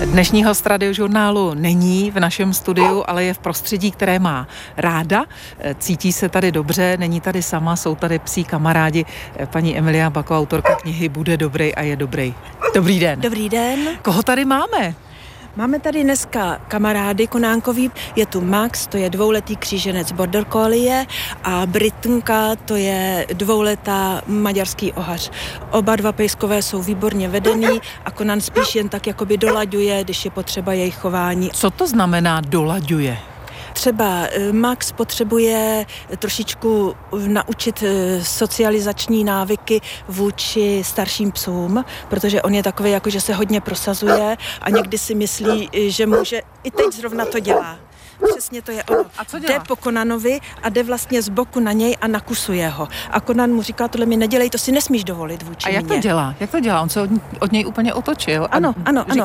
Dnešní host Radiožurnálu není v našem studiu, ale je v prostředí, které má ráda. Cítí se tady dobře, není tady sama, jsou tady psí kamarádi. Paní Emilia Bako, autorka knihy Bude dobrý a je dobrý. Dobrý den. Dobrý den. Koho tady máme? Máme tady dneska kamarády konánkový. Je tu Max, to je 2letý kříženec border collie, a Britunka, to je 2letá maďarský ohař. Oba dva pejskové jsou výborně vedený a Konan spíš jen tak jakoby dolaďuje, když je potřeba jejich chování. Co to znamená dolaďuje? Třeba Max potřebuje trošičku naučit socializační návyky vůči starším psům, protože on je takový, jako že se hodně prosazuje a někdy si myslí, že může, i teď zrovna to dělá. Přesně to je ono. A co dělá? Jde po Konanovi a jde vlastně z boku na něj a nakusuje ho. A Konan mu říká, tohle mi nedělej, to si nesmíš dovolit vůči mě. A jak to dělá? Jak to dělá? On se od něj úplně otočil. Ano.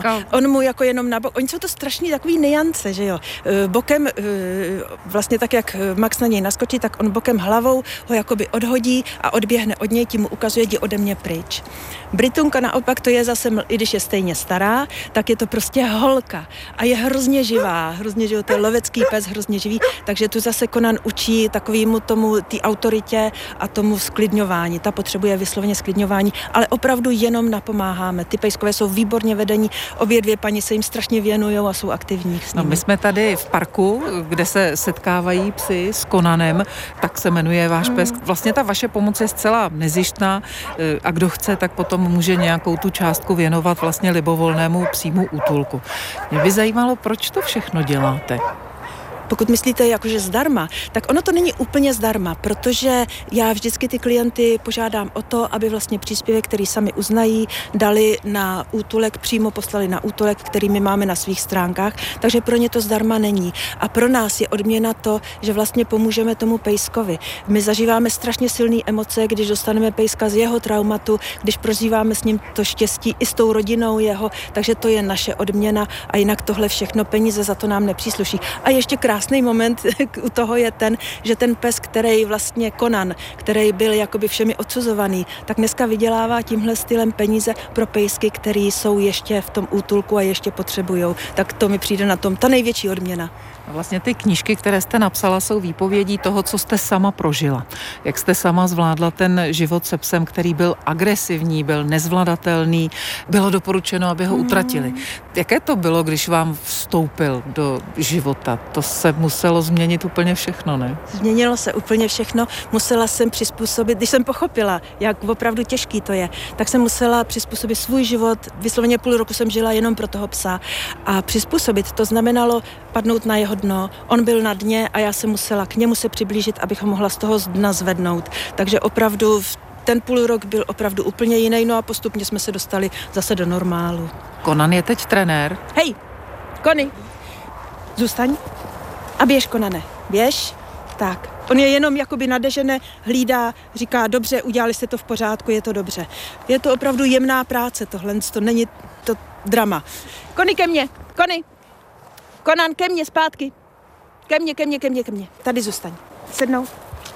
On mu jako jenom na bok. Oni jsou to strašný takový niance, že jo. Bokem, vlastně tak, jak Max na něj naskočí, tak on bokem hlavou ho jakoby odhodí a odběhne od něj, tím mu ukazuje, jdi ode mě pryč. Britunka naopak, to je zase, i když je stejně stará, tak je to prostě holka a je hrozně živá, to je lovecký pes, hrozně živý, takže tu zase Konan učí takovému tomu, té autoritě a tomu sklidňování. Ta potřebuje vysloveně sklidňování, ale opravdu jenom napomáháme. Ty pejskové jsou výborně vedení, obě dvě paní se jim strašně věnujou a jsou aktivní s nimi. No, my jsme tady v parku, kde se setkávají psi s Konanem, tak se jmenuje váš pes. Vlastně ta vaše pomoc je zcela nezištná a kdo chce, tak potom může nějakou tu částku věnovat vlastně libovolnému psímu útulku. Mě by zajímalo, proč to všechno děláte? Pokud myslíte jakože zdarma, tak ono to není úplně zdarma, protože já vždycky ty klienty požádám o to, aby vlastně příspěvek, který sami uznají, dali na útulek, přímo poslali na útulek, který my máme na svých stránkách, takže pro ně to zdarma není. A pro nás je odměna to, že vlastně pomůžeme tomu pejskovi. My zažíváme strašně silné emoce, když dostaneme pejska z jeho traumatu, když prožíváme s ním to štěstí i s tou rodinou jeho, takže to je naše odměna a jinak tohle všechno peníze za to nám nepřísluší. A ještě krásný moment u toho je ten, že ten pes, který vlastně Konan, který byl jakoby všemi odsuzovaný, tak dneska vydělává tímhle stylem peníze pro pejsky, který jsou ještě v tom útulku a ještě potřebujou. Tak to mi přijde na tom ta největší odměna. Vlastně ty knížky, které jste napsala, jsou výpovědí toho, co jste sama prožila. Jak jste sama zvládla ten život se psem, který byl agresivní, byl nezvladatelný, bylo doporučeno, aby ho utratili. Jaké to bylo, když vám vstoupil do života? To se muselo změnit úplně všechno, ne? Změnilo se úplně všechno. Musela jsem přizpůsobit, když jsem pochopila, jak opravdu těžký to je, tak jsem musela přizpůsobit svůj život. Vysloveně půl roku jsem žila jenom pro toho psa. A přizpůsobit to znamenalo padnout na jeho dno. On byl na dně a já jsem musela k němu se přiblížit, abych ho mohla z toho dna zvednout. Takže opravdu ten půl rok byl opravdu úplně jiný, no a postupně jsme se dostali zase do normálu. Konan je teď trenér. Hej, Kony, zůstaň a běž, Konane, běž. Tak, on je jenom jakoby nadežené, hlídá, říká, dobře, udělali jste to v pořádku, je to dobře. Je to opravdu jemná práce tohle, to není to drama. Kony ke mně, Kony. Konan, ke mně, zpátky. Ke mně. Tady zůstaň. Sednout.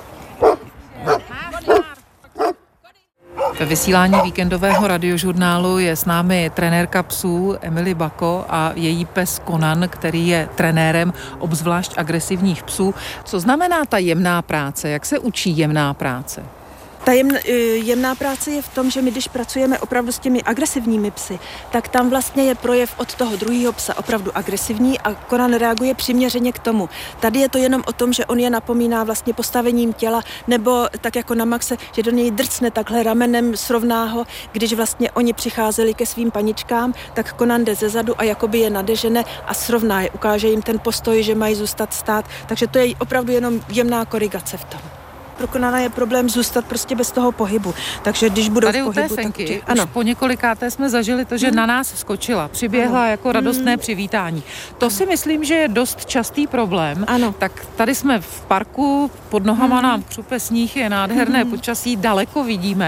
Ve vysílání víkendového radiožurnálu je s námi trenérka psů Emily Bako a její pes Konan, který je trenérem obzvlášť agresivních psů. Co znamená ta jemná práce? Jak se učí jemná práce? Ta jemná práce je v tom, že my, když pracujeme opravdu s těmi agresivními psy, tak tam vlastně je projev od toho druhého psa opravdu agresivní a Konan reaguje přiměřeně k tomu. Tady je to jenom o tom, že on je napomíná vlastně postavením těla, nebo tak jako na Maxe, že do něj drcne takhle ramenem, srovná ho. Když vlastně oni přicházeli ke svým paničkám, tak Konan jde zezadu a jakoby je nadežené a srovná je, ukáže jim ten postoj, že mají zůstat stát. Takže to je opravdu jenom jemná korigace v tom. Pro Konana je problém zůstat prostě bez toho pohybu. Takže když budou tady v pohybu, u té Fenky, tak už po několikáté jsme zažili to, že na nás skočila, přiběhla jako radostné přivítání. To si myslím, že je dost častý problém. Ano. Tak tady jsme v parku, pod nohama nám křupe sníh, je nádherné počasí, daleko vidíme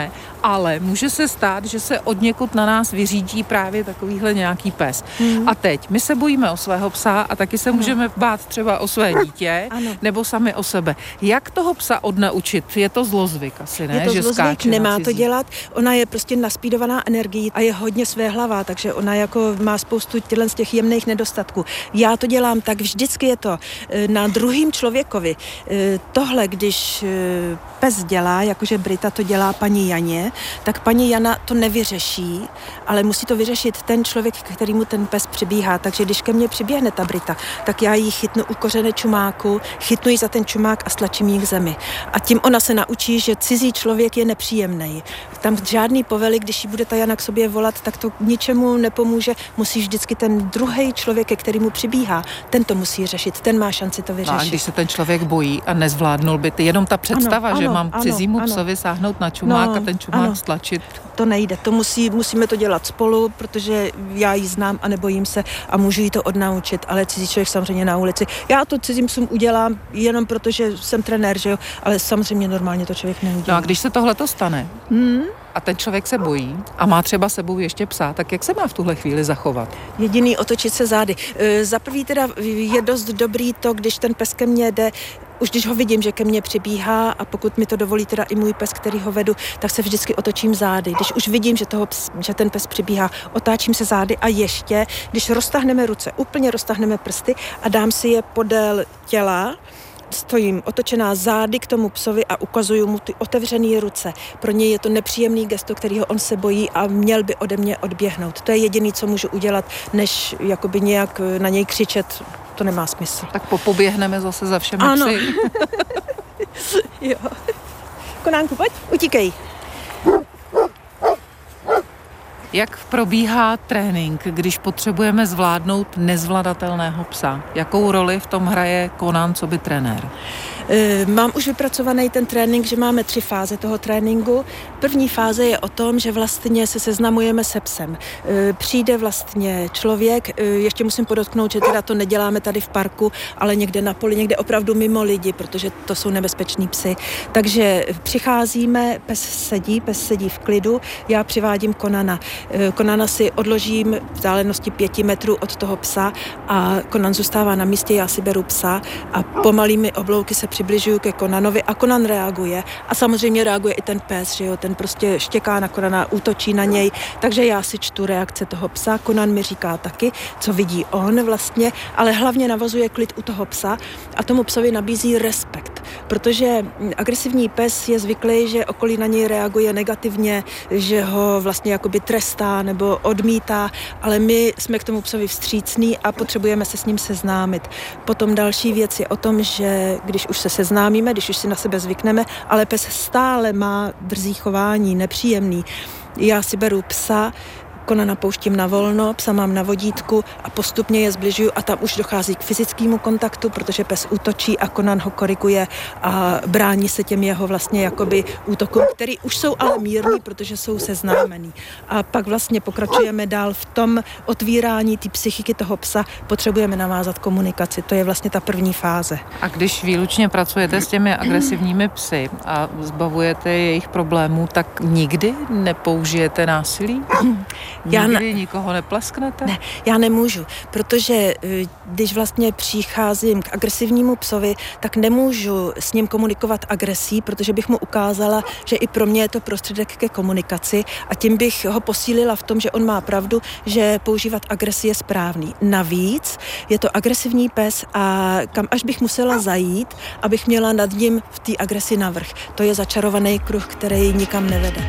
ale může se stát, že se odněkud na nás vyřídí právě takovýhle nějaký pes. A teď, my se bojíme o svého psa a taky se můžeme bát třeba o své dítě, nebo sami o sebe. Jak toho psa odnaučit? Je to zlozvyk asi, ne? Je to že zlozvyk, nemá to dělat. Ona je prostě naspídovaná energií a je hodně svéhlavá, takže ona jako má spoustu z těch jemných nedostatků. Já to dělám tak, vždycky je to na druhým člověkovi. Tohle, když pes dělá, jakože Brita to dělá paní Janě, tak paní Jana to nevyřeší, ale musí to vyřešit ten člověk, kterýmu ten pes přibíhá. Takže když ke mně přiběhne ta Brita, tak já ji chytnu u kořene čumáku, chytnu ji za ten čumák a stlačím ji k zemi. A tím ona se naučí, že cizí člověk je nepříjemný. Tam žádný povely, když ji bude ta Jana k sobě volat, tak to ničemu nepomůže. Musí vždycky ten druhý člověk, ke kterému přibíhá, ten to musí řešit, ten má šanci to vyřešit. No a když se ten člověk bojí a nezvládnul by ty, jenom ta představa, že mám cizímu psovi sáhnout na čumák a ten čumák stlačit. To nejde, to musíme to dělat spolu, protože já ji znám a nebojím se a můžu jí to odnaučit, ale cizí člověk samozřejmě na ulici. Já to cizím psům udělám jenom protože jsem trenér, že jo, ale samozřejmě normálně to člověk neudělá. No a když se tohleto stane a ten člověk se bojí a má třeba sebou ještě psa, tak jak se má v tuhle chvíli zachovat? Jediný otočit se zády. Za prvý teda je dost dobrý to, když ten pes ke mně jde, už když ho vidím, že ke mně přibíhá a pokud mi to dovolí teda i můj pes, který ho vedu, tak se vždycky otočím zády. Když už vidím, že ten pes přibíhá, otáčím se zády a ještě, když roztáhneme ruce, úplně roztáhneme prsty a dám si je podél těla, stojím otočená zády k tomu psovi a ukazuju mu ty otevřené ruce. Pro něj je to nepříjemný gesto, kterýho on se bojí a měl by ode mě odběhnout. To je jediný, co můžu udělat, než jakoby nějak na něj křičet. To nemá smysl. Tak poběhneme zase za všemi psy. Jo. Konánku, pojď, utíkej. Jak probíhá trénink, když potřebujeme zvládnout nezvladatelného psa? Jakou roli v tom hraje Conan coby trenér? Mám už vypracovaný ten trénink, že máme 3 fáze toho tréninku. První fáze je o tom, že vlastně se seznamujeme se psem. Přijde vlastně člověk, ještě musím podotknout, že teda to neděláme tady v parku, ale někde na poli, někde opravdu mimo lidi, protože to jsou nebezpeční psy. Takže přicházíme, pes sedí v klidu, já přivádím Conana. Conana si odložím v vzdálenosti 5 metrů od toho psa a Conan zůstává na místě, já si beru psa a pomalými oblouky se přibližuju ke Conanovi a Conan reaguje. A samozřejmě reaguje i ten pes, že jo, ten prostě štěká na Conana, útočí na něj, takže já si čtu reakce toho psa. Conan mi říká taky, co vidí on vlastně, ale hlavně navazuje klid u toho psa a tomu psovi nabízí respekt, protože agresivní pes je zvyklý, že okolí na něj reaguje negativně, že ho vlastně jakoby trestá nebo odmítá, ale my jsme k tomu psovi vstřícní a potřebujeme se s ním seznámit. Potom další věc je o tom, že když už se seznámíme, když už si na sebe zvykneme, ale pes stále má drzý chování, nepříjemný. Já si beru psa, Conana pouštím na volno, psa mám na vodítku a postupně je zbližuju a tam už dochází k fyzickému kontaktu, protože pes útočí a Conan ho koriguje a brání se těm jeho vlastně jakoby útokům, který už jsou ale mírný, protože jsou seznámený. A pak vlastně pokračujeme dál v tom otvírání té psychiky toho psa, potřebujeme navázat komunikaci, to je vlastně ta první fáze. A když výlučně pracujete s těmi agresivními psy a zbavujete jejich problémů, tak nikdy nepoužijete násilí? Nikdy nikoho neplesknete? Ne, já nemůžu, protože když vlastně přicházím k agresivnímu psovi, tak nemůžu s ním komunikovat agresí, protože bych mu ukázala, že i pro mě je to prostředek ke komunikaci a tím bych ho posílila v tom, že on má pravdu, že používat agresi je správný. Navíc je to agresivní pes a kam až bych musela zajít, abych měla nad ním v té agresi navrch. To je začarovaný kruh, který nikam nevede.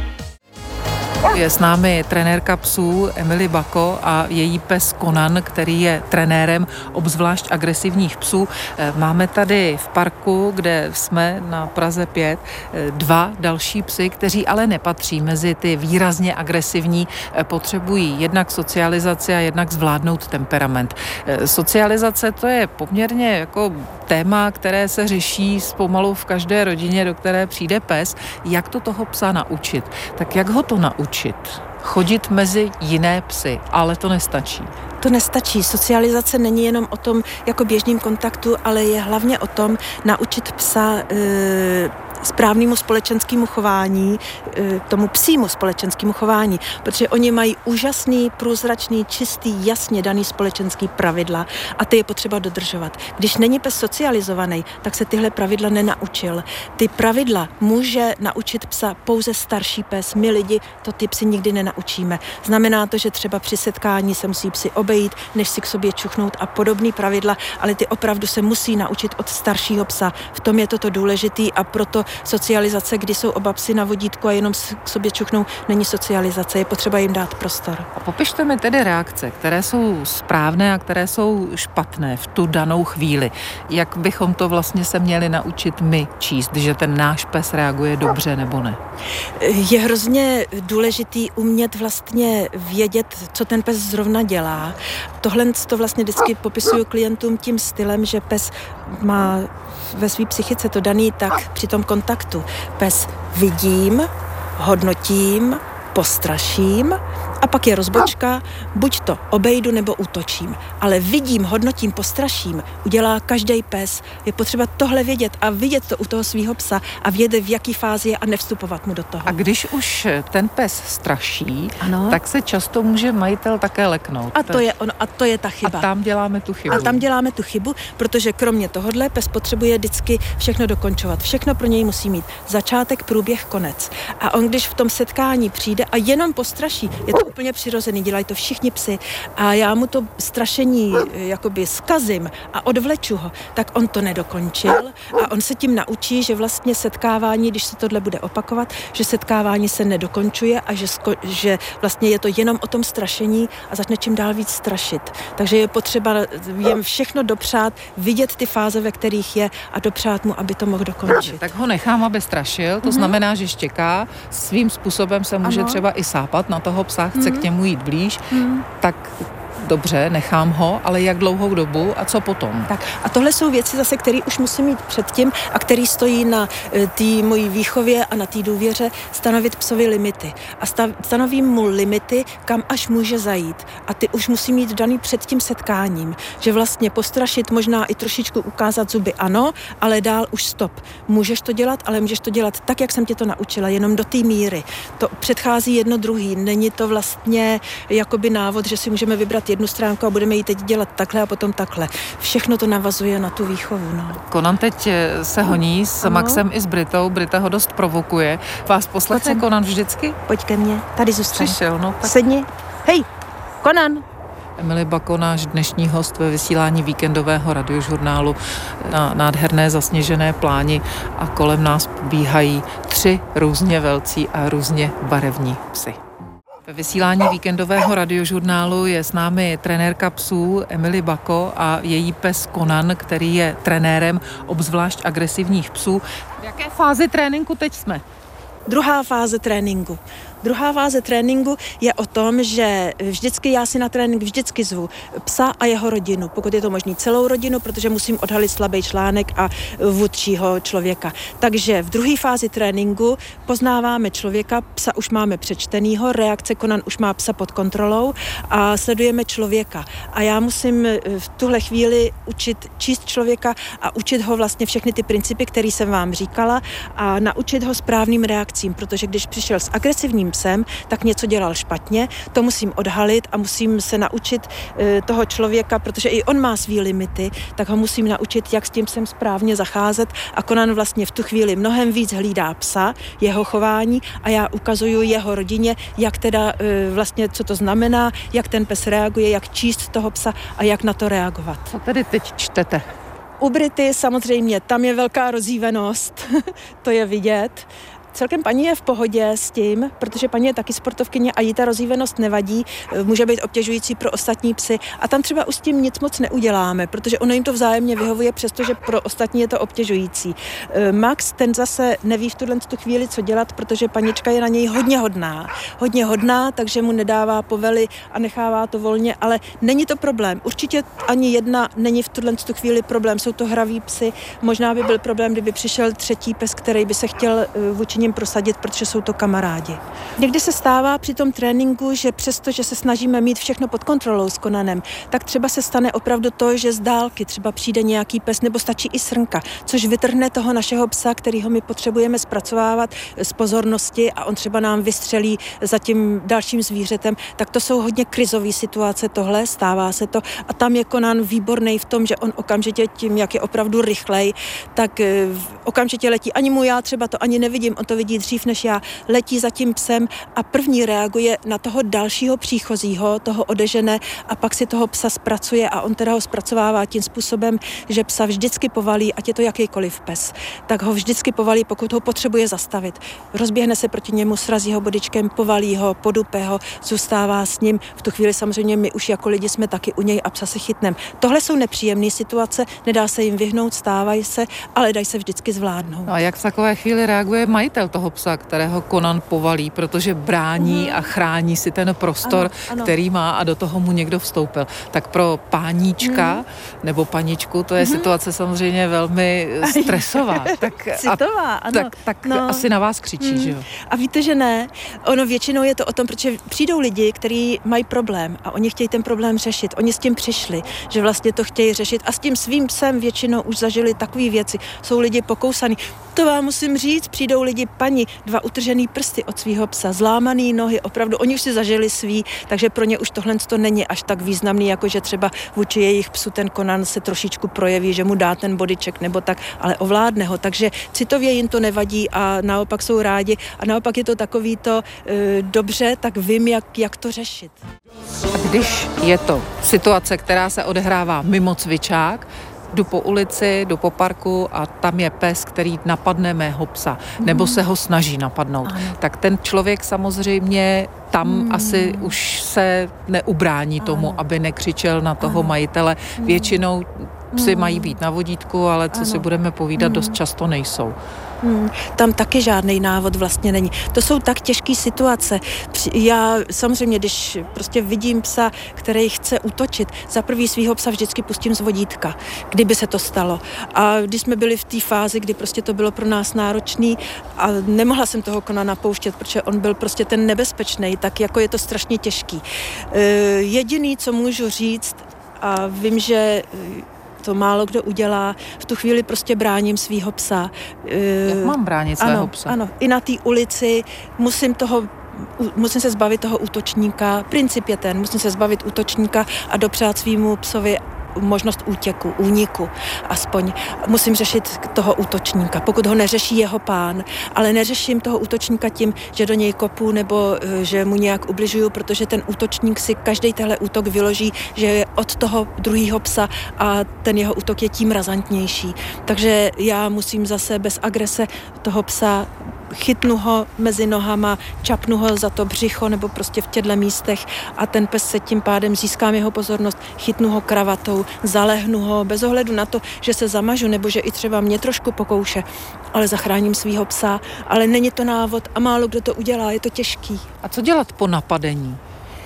Je s námi trenérka psů Emily Bako a její pes Conan, který je trenérem obzvlášť agresivních psů. Máme tady v parku, kde jsme na Praze 5, 2 další psy, kteří ale nepatří mezi ty výrazně agresivní, potřebují jednak socializaci a jednak zvládnout temperament. Socializace to je poměrně jako téma, které se řeší pomalu v každé rodině, do které přijde pes. Jak to toho psa naučit? Tak jak ho to naučit? Chodit mezi jiné psy, ale to nestačí. To nestačí. Socializace není jenom o tom jako běžným kontaktu, ale je hlavně o tom naučit psa správnému společenskému chování, tomu psímu společenskému chování, protože oni mají úžasný, průzračný, čistý, jasně daný společenský pravidla a ty je potřeba dodržovat. Když není pes socializovaný, tak se tyhle pravidla nenaučil. Ty pravidla může naučit psa pouze starší pes. My lidi to ty psy nikdy nenaučíme. Znamená to, že třeba při setkání se musí psi obejít, než si k sobě čuchnout a podobný pravidla, ale ty opravdu se musí naučit od staršího psa. V tom je toto důležitý a proto socializace, kdy jsou oba psy na vodítku a jenom k sobě čuchnou, není socializace. Je potřeba jim dát prostor. A popište mi tedy reakce, které jsou správné a které jsou špatné v tu danou chvíli. Jak bychom to vlastně se měli naučit my číst, že ten náš pes reaguje dobře nebo ne? Je hrozně důležitý umět vlastně vědět, co ten pes zrovna dělá. Tohle to vlastně vždycky popisuju klientům tím stylem, že pes má ve své psychice to daný tak při tom kontaktu. Pes vidím, hodnotím, postraším a pak je rozbočka, buď to obejdu nebo útočím. Ale vidím, hodnotím, postraším, udělá každý pes. Je potřeba tohle vědět a vidět to u toho svého psa a vědět, v jaký fázi je a nevstupovat mu do toho. A když už ten pes straší, ano, tak se často může majitel také leknout. A to je ono, a to je ta chyba. A tam děláme tu chybu. Protože kromě tohohle pes potřebuje vždycky všechno dokončovat. Všechno pro něj musí mít začátek, průběh, konec. A on, když v tom setkání přijde a jenom postraší, je to úplně přirozený, dělají to všichni psi a já mu to strašení jakoby zkazím a odvleču ho, tak on to nedokončil a on se tím naučí, že vlastně setkávání, když se tohle bude opakovat, že setkávání se nedokončuje a že vlastně je to jenom o tom strašení a začne čím dál víc strašit. Takže je potřeba jim všechno dopřát, vidět ty fáze, ve kterých je a dopřát mu, aby to mohl dokončit. Tak ho nechám, aby strašil, to znamená, že štěká, svým způsobem se může třeba i sápat na toho psa, chce k němu jít blíž, tak dobře, nechám ho, ale jak dlouhou dobu a co potom? Tak a tohle jsou věci zase, které už musím mít předtím a který stojí na té mojí výchově a na té důvěře stanovit psovi limity. A stanovím mu limity, kam až může zajít. A ty už musí mít daný před tím setkáním, že vlastně postrašit, možná i trošičku ukázat zuby, ano, ale dál už stop. Můžeš to dělat, ale můžeš to dělat tak, jak jsem tě to naučila, jenom do té míry. To předchází jedno druhý. Není to vlastně jakoby návod, že si můžeme vybrat jednu stránku a budeme ji teď dělat takhle a potom takhle. Všechno to navazuje na tu výchovu. No. Conan teď se honí s Maxem i s Britou. Brita ho dost provokuje. Vás poslechne Conan vždycky? Pojď ke mně, tady zůstaň. Přišel, no tak. Sedni. Hej, Conan! Emily Bako, náš dnešní host ve vysílání víkendového radiožurnálu na nádherné zasněžené pláni a kolem nás pobíhají 3 různě velcí a různě barevní psy. Ve vysílání víkendového radiožurnálu je s námi trenérka psů Emily Bako a její pes Conan, který je trenérem obzvlášť agresivních psů. V jaké fázi tréninku teď jsme? Druhá fáze tréninku. Druhá fáze tréninku je o tom, že vždycky já si na trénink vždycky zvu psa a jeho rodinu, pokud je to možný celou rodinu, protože musím odhalit slabý článek a vůdčího člověka. Takže v druhé fázi tréninku poznáváme člověka, psa už máme přečtenýho, reakce Conan už má psa pod kontrolou a sledujeme člověka. A já musím v tuhle chvíli učit číst člověka a učit ho vlastně všechny ty principy, které jsem vám říkala a naučit ho správným reakcím, protože když přišel s agresivním psem, tak něco dělal špatně, to musím odhalit a musím se naučit toho člověka, protože i on má svý limity, tak ho musím naučit, jak s tím psem správně zacházet a Conan vlastně v tu chvíli mnohem víc hlídá psa, jeho chování a já ukazuju jeho rodině, jak teda vlastně, co to znamená, jak ten pes reaguje, jak číst toho psa a jak na to reagovat. Co tedy teď čtete? U Brity samozřejmě, tam je velká rozjívenost, to je vidět. Celkem paní je v pohodě s tím, protože paní je taky sportovkyně a jí ta rozjívenost nevadí, může být obtěžující pro ostatní psy a tam třeba už s tím nic moc neuděláme, protože ono jim to vzájemně vyhovuje, přestože pro ostatní je to obtěžující. Max, ten zase neví v tu chvíli, co dělat, protože panička je na něj hodně hodná, takže mu nedává povely a nechává to volně, ale není to problém. Určitě ani jedna není v tu chvíli problém, jsou to hraví psy, možná by byl problém, kdyby přišel třetí pes, který by se chtěl vůči ním prosadit, protože jsou to kamarádi. Někdy se stává při tom tréninku, že přesto, že se snažíme mít všechno pod kontrolou s Conanem, tak třeba se stane opravdu to, že z dálky třeba přijde nějaký pes, nebo stačí i srnka, což vytrhne toho našeho psa, kterýho my potřebujeme zpracovávat z pozornosti a on třeba nám vystřelí za tím dalším zvířetem, tak to jsou hodně krizové situace tohle, stává se to a tam je Conan výborný v tom, že on okamžitě tím, jak je opravdu rychlej, tak okamžitě letí. Ani mu já třeba to ani nevidím, on to vidí dřív než já, letí za tím psem a první reaguje na toho dalšího příchozího, toho odežene a pak si toho psa zpracuje a on teda ho zpracovává tím způsobem, že psa vždycky povalí, ať je to jakýkoliv pes, tak ho vždycky povalí, pokud ho potřebuje zastavit. Rozběhne se proti němu, srazí ho bodyčkem, povalí ho, podupe ho, zůstává s ním. V tu chvíli samozřejmě my už jako lidi jsme taky u něj a psa se chytnem. Tohle jsou nepříjemné situace, nedá se jim vyhnout, stávají se, ale dají se vždycky zvládnout. No a jak v takové chvíli reaguje majitel toho psa, kterého Conan povalí, protože brání a chrání si ten prostor, ano. který má a do toho mu někdo vstoupil. Tak pro páníčka nebo paničku to je situace samozřejmě velmi stresová. Tak, citová, ano. Tak asi na vás křičí, že jo? A víte, že ne. Ono většinou je to o tom, protože přijdou lidi, kteří mají problém a oni chtějí ten problém řešit. Oni s tím přišli, že vlastně to chtějí řešit a s tím svým psem většinou už zažili takové věci. Jsou lidi pokousaný. To vám musím říct, přijdou lidi, paní, 2 utržený prsty od svého psa, zlámaný nohy, opravdu, oni už si zažili svý, takže pro ně už tohle to není až tak významný, jako že třeba vůči jejich psu ten Conan se trošičku projeví, že mu dá ten bodyček nebo tak, ale ovládne ho, takže citově jim to nevadí a naopak jsou rádi a naopak je to takový to dobře, tak vím, jak to řešit. A když je to situace, která se odehrává mimo cvičák, jdu po ulici, jdu po parku a tam je pes, který napadne mého psa, nebo se ho snaží napadnout. Tak ten člověk samozřejmě tam asi už se neubrání tomu, aby nekřičel na toho majitele. Většinou psi mají být na vodítku, ale co si budeme povídat, dost často nejsou. Tam taky žádný návod vlastně není. To jsou tak těžké situace. Já samozřejmě, když prostě vidím psa, který chce útočit, za prvý svýho psa vždycky pustím z vodítka, kdyby se to stalo. A když jsme byli v té fázi, kdy prostě to bylo pro nás náročný a nemohla jsem toho Conana pouštět, protože on byl prostě ten nebezpečný, tak jako je to strašně těžký. Jediný, co můžu říct, a vím, že to málo kdo udělá, v tu chvíli prostě bráním svýho psa. Jak mám bránit svého psa? Ano, i na té ulici musím se zbavit toho útočníka. Princip je ten, musím se zbavit útočníka a dopřát svýmu psovi možnost úniku aspoň. Musím řešit toho útočníka, pokud ho neřeší jeho pán, ale neřeším toho útočníka tím, že do něj kopu nebo že mu nějak ubližuju, protože ten útočník si každý tenhle útok vyloží, že je od toho druhého psa a ten jeho útok je tím razantnější. Takže já musím zase bez agrese toho psa chytnu ho mezi nohama, čapnu ho za to břicho nebo prostě v těchto místech a ten pes se tím pádem získám jeho pozornost, chytnu ho kravatou, zalehnu ho bez ohledu na to, že se zamažu nebo že i třeba mě trošku pokouše, ale zachráním svýho psa, ale není to návod a málo kdo to udělá, je to těžký. A co dělat po napadení?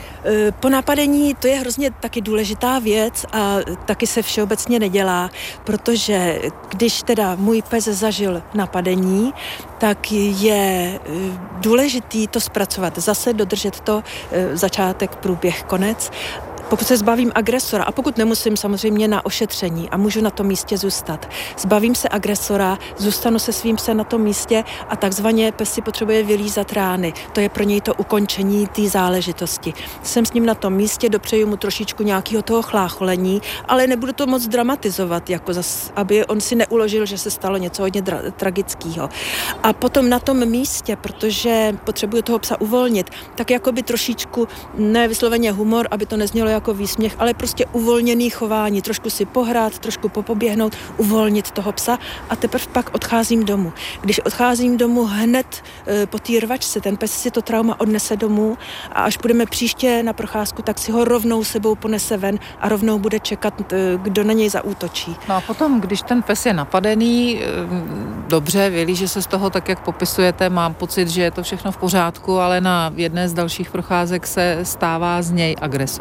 Po napadení to je hrozně taky důležitá věc a taky se všeobecně nedělá, protože když teda můj pes zažil napadení, tak je důležitý to zpracovat, zase dodržet to začátek, průběh, konec. Pokud se zbavím agresora, a pokud nemusím samozřejmě na ošetření a můžu na tom místě zůstat, zbavím se agresora, zůstanu se svým psem na tom místě a takzvaně pes si potřebuje vylízat rány. To je pro něj to ukončení té záležitosti. Jsem s ním na tom místě, dopřeju mu trošičku nějakého toho chlácholení, ale nebudu to moc dramatizovat, jako aby on si neuložil, že se stalo něco hodně tragického. A potom na tom místě, protože potřebuju toho psa uvolnit, tak jakoby trošičku, ne vysloveně humor, aby to neznělo jako výsměch, ale prostě uvolněný chování, trošku si pohrát, trošku popoběhnout, uvolnit toho psa a teprve pak odcházím domů. Když odcházím domů hned po té rvačce, ten pes si to trauma odnese domů a až budeme příště na procházku, tak si ho rovnou sebou ponese ven a rovnou bude čekat, kdo na něj zaútočí. No a potom, když ten pes je napadený, dobře, vylíže se z toho tak, jak popisujete, mám pocit, že je to všechno v pořádku, ale na jedné z dalších procházek se stává z něj agresor.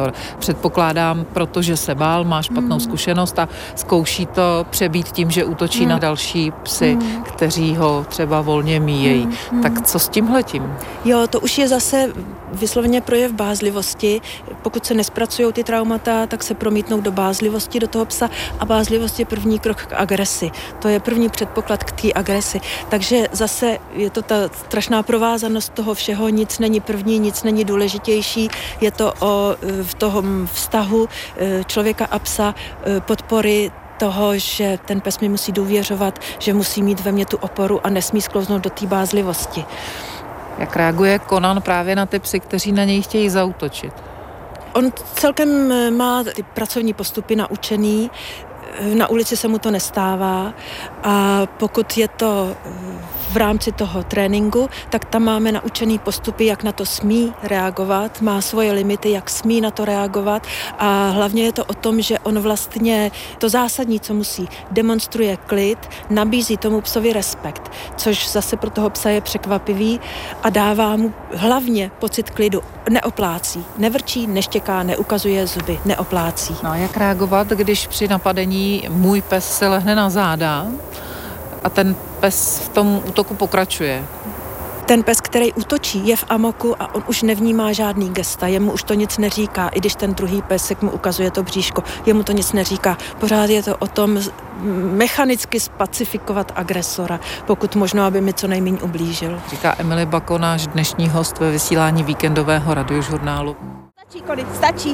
předpokládám, protože se bál, má špatnou zkušenost a zkouší to přebít tím, že útočí na další psy, kteří ho třeba volně míjejí. Tak co s tímhletím? Jo, to už je zase vysloveně projev bázlivosti. Pokud se nespracují ty traumata, tak se promítnou do bázlivosti, do toho psa a bázlivost je první krok k agresi. To je první předpoklad k té agresi. Takže zase je to ta strašná provázanost toho všeho, nic není první, nic není důležitější. Je to v tom vztahu člověka a psa podpory toho, že ten pes mi musí důvěřovat, že musí mít ve mně tu oporu a nesmí sklouznout do té bázlivosti. Jak reaguje Conan právě na ty psy, kteří na něj chtějí zaútočit? On celkem má ty pracovní postupy naučený, na ulici se mu to nestává a pokud je to v rámci toho tréninku, tak tam máme naučený postupy, jak na to smí reagovat, má svoje limity, jak smí na to reagovat a hlavně je to o tom, že on vlastně to zásadní, co musí, demonstruje klid, nabízí tomu psovi respekt, což zase pro toho psa je překvapivý a dává mu hlavně pocit klidu. Neoplácí, nevrčí, neštěká, neukazuje zuby, neoplácí. No a jak reagovat, když při napadení můj pes se lehne na záda a ten pes v tom útoku pokračuje? Ten pes, který útočí, je v amoku a on už nevnímá žádný gesta, jemu už to nic neříká, i když ten druhý pesek mu ukazuje to bříško, jemu to nic neříká. Pořád je to o tom mechanicky spacifikovat agresora, pokud možno, aby mi co nejméně ublížil. Říká Emily Bako, náš dnešní host ve vysílání víkendového radiožurnálu. Stačí, Kony, stačí.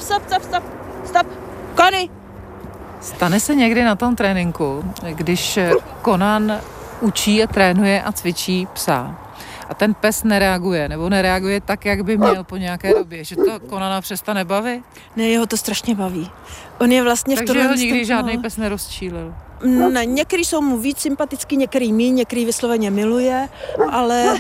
Stop. Kony! Stane se někdy na tom tréninku, když Conan učí a trénuje a cvičí psa a ten pes nereaguje, nebo nereaguje tak, jak by měl po nějaké době, že to Conana přestane bavit? Ne, jeho to strašně baví. On je vlastně v tom... Takže ho nikdy žádný pes nerozčílil? Ne, některý jsou mu víc sympatický, některý míň, některý vysloveně miluje, ale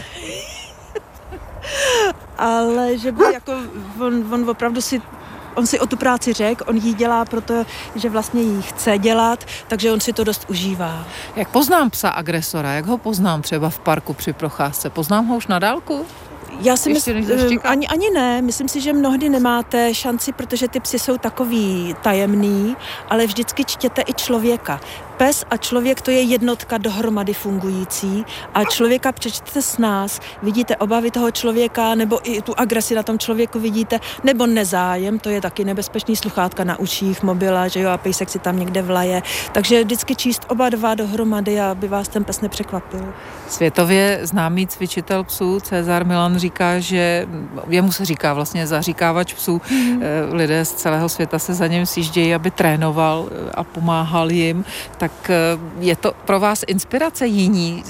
že by jako on opravdu on si o tu práci řekl, on ji dělá proto, že vlastně ji chce dělat, takže on si to dost užívá. Jak poznám psa agresora? Jak ho poznám třeba v parku při procházce? Poznám ho už na dálku? Já si myslím, ani ne. Myslím si, že mnohdy nemáte šanci, protože ty psy jsou takový tajemný, ale vždycky čtěte i člověka. Pes a člověk, to je jednotka dohromady fungující a člověka přečtete s nás, vidíte obavy toho člověka, nebo i tu agresi na tom člověku vidíte, nebo nezájem, to je taky nebezpečný, sluchátka na uších, mobila, že jo, a pejsek si tam někde vlaje. Takže vždycky číst oba dva dohromady, aby vás ten pes nepřekvapil. Světově známý cvičitel psů César Milan říká, že jemu se říká vlastně zaříkávač psů. Lidé z celého světa se za něm sjíždějí, aby trénoval a pomáhal jim. Tak je to pro vás inspirace jiní?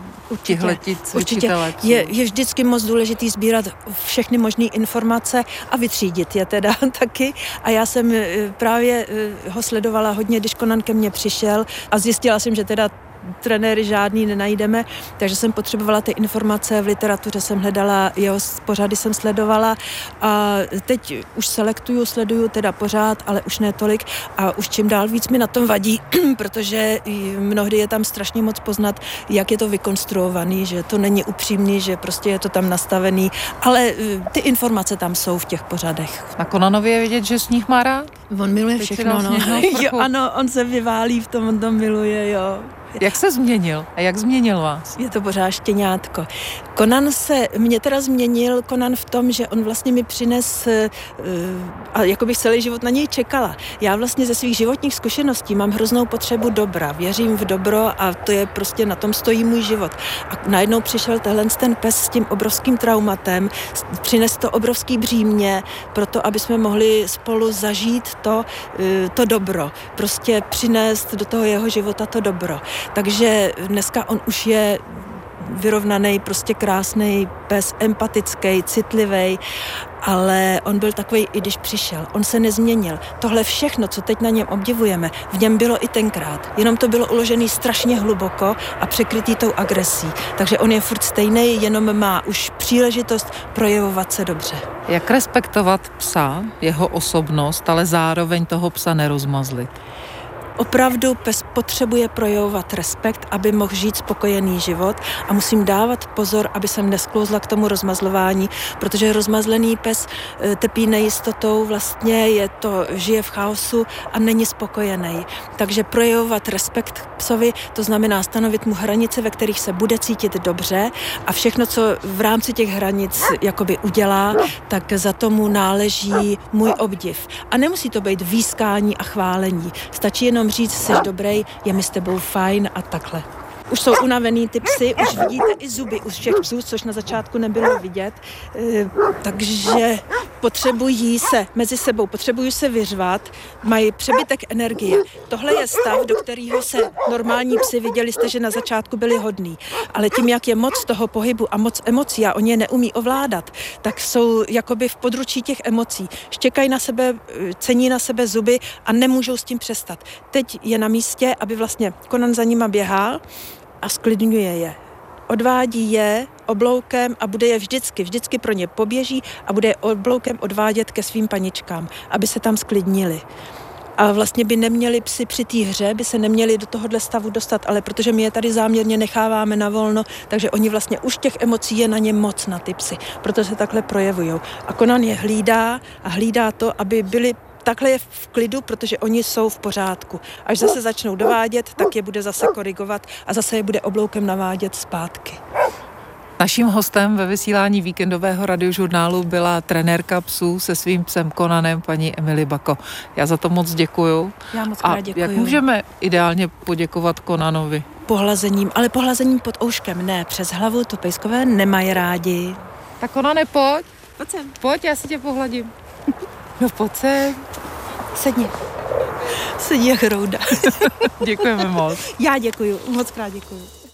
Určitě. Je vždycky moc důležitý sbírat všechny možné informace a vytřídit je teda taky. A já jsem právě ho sledovala hodně, když Conan ke mně přišel a zjistila jsem, že teda trenéry žádný nenajdeme, takže jsem potřebovala ty informace, v literatuře jsem hledala, jeho pořady jsem sledovala a teď už sleduju teda pořád, ale už ne tolik a už čím dál víc mi na tom vadí, protože mnohdy je tam strašně moc poznat, jak je to vykonstruovaný, že to není upřímný, že prostě je to tam nastavený, ale ty informace tam jsou v těch pořadech. Na Conanovi je vidět, že sníh má rád? On miluje všechno, no. Jo, ano, on se vyválí v tom, on to miluje, jo. Jak se změnil a jak změnil vás? Je to pořád štěňátko. Mě teda změnil Conan v tom, že on vlastně mi přines a jako bych celý život na něj čekala. Já vlastně ze svých životních zkušeností mám hroznou potřebu dobra. Věřím v dobro a to je prostě, na tom stojí můj život. A najednou přišel ten pes s tím obrovským traumatem, přines to obrovský břímě, proto, aby jsme mohli spolu zažít to dobro. Prostě přinést do toho jeho života to dobro. Takže dneska on už je vyrovnaný, prostě krásný pes, empatický, citlivý, ale on byl takový, i když přišel. On se nezměnil. Tohle všechno, co teď na něm obdivujeme, v něm bylo i tenkrát. Jenom to bylo uložené strašně hluboko a překrytý tou agresí. Takže on je furt stejný, jenom má už příležitost projevovat se dobře. Jak respektovat psa, jeho osobnost, ale zároveň toho psa nerozmazlit? Opravdu pes potřebuje projevovat respekt, aby mohl žít spokojený život a musím dávat pozor, aby jsem nesklouzla k tomu rozmazlování, protože rozmazlený pes trpí nejistotou, vlastně žije v chaosu a není spokojený. Takže projevovat respekt k psovi, to znamená stanovit mu hranice, ve kterých se bude cítit dobře a všechno, co v rámci těch hranic jakoby udělá, tak za tomu náleží můj obdiv. A nemusí to být výskání a chválení. Stačí jenom říct, jsi dobrý, je mi s tebou fajn a takhle. Už jsou unavený ty psy, už vidíte i zuby u všech psů, což na začátku nebylo vidět, takže potřebují se vyřvat, mají přebytek energie. Tohle je stav, do kterého se normální psy, viděli jste, že na začátku byli hodný, ale tím, jak je moc toho pohybu a moc emocí a oni je neumí ovládat, tak jsou jakoby v područí těch emocí. Štěkají na sebe, cení na sebe zuby a nemůžou s tím přestat. Teď je na místě, aby vlastně Conan za nima běhal a sklidňuje je. Odvádí je obloukem a bude je vždycky pro ně poběží a bude je obloukem odvádět ke svým paničkám, aby se tam sklidnili. A vlastně by neměli psi při té hře, by se neměli do tohohle stavu dostat, ale protože my je tady záměrně necháváme na volno, takže oni vlastně už těch emocí je na ně moc na ty psy, proto se takhle projevujou. A Conan je hlídá to, aby byli takhle je v klidu, protože oni jsou v pořádku. Až zase začnou dovádět, tak je bude zase korigovat a zase je bude obloukem navádět zpátky. Naším hostem ve vysílání víkendového radiožurnálu byla trenérka psů se svým psem Conanem, paní Emily Bako. Já za to moc děkuju. Já moc krát děkuju. Jak můžeme ideálně poděkovat Conanovi? Pohlazením, ale pohlazením pod ouškem, ne přes hlavu, to pejskové nemají rádi. Tak Conane, pojď. Pojď sem. Pojď, já si tě pohladím. No pojď sem. Sedni jak rouda. Děkujeme moc. Já děkuju, moc krát děkuju.